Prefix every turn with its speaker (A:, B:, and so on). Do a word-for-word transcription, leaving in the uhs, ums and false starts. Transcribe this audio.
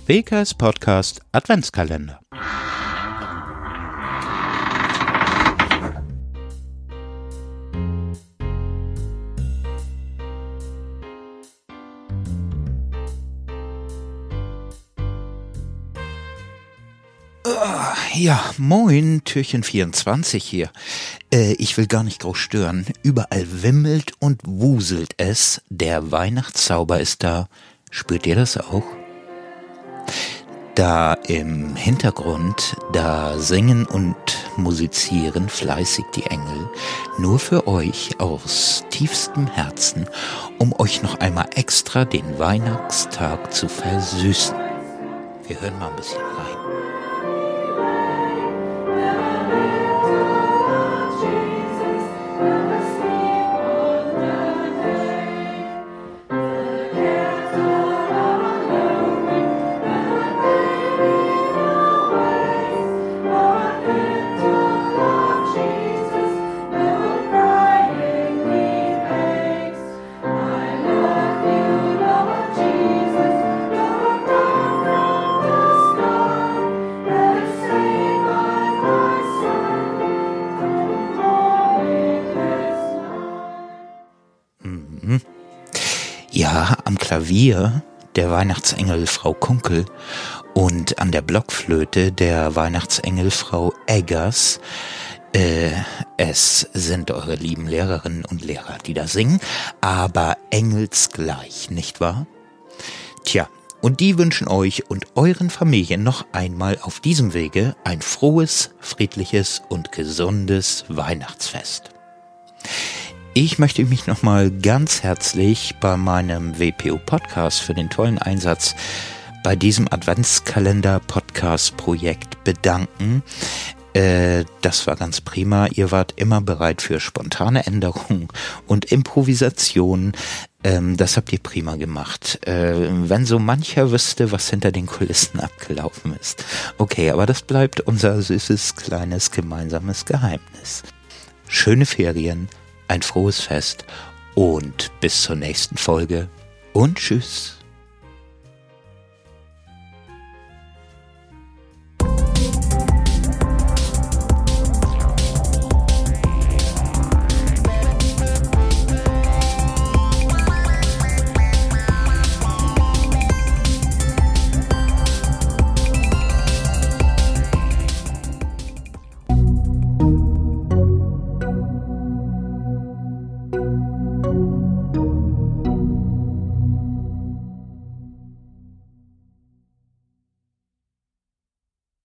A: W K S Podcast Adventskalender. Ja, moin, Türchen vierundzwanzig hier. Äh, ich will gar nicht groß stören. Überall wimmelt und wuselt es. Der Weihnachtszauber ist da. Spürt ihr das auch? Da im Hintergrund, da singen und musizieren fleißig die Engel. Nur für euch aus tiefstem Herzen, um euch noch einmal extra den Weihnachtstag zu versüßen. Wir hören mal ein bisschen rein. Ja, am Klavier der Weihnachtsengel Frau Kunkel und an der Blockflöte der Weihnachtsengel Frau Eggers. Äh, es sind eure lieben Lehrerinnen und Lehrer, die da singen, aber engelsgleich, nicht wahr? Tja, und die wünschen euch und euren Familien noch einmal auf diesem Wege ein frohes, friedliches und gesundes Weihnachtsfest. Ich möchte mich nochmal ganz herzlich bei meinem W P O-Podcast für den tollen Einsatz bei diesem Adventskalender-Podcast-Projekt bedanken. Äh, das war ganz prima. Ihr wart immer bereit für spontane Änderungen und Improvisationen. Ähm, das habt ihr prima gemacht. Äh, wenn so mancher wüsste, was hinter den Kulissen abgelaufen ist. Okay, aber das bleibt unser süßes, kleines, gemeinsames Geheimnis. Schöne Ferien. Ein frohes Fest und bis zur nächsten Folge und tschüss.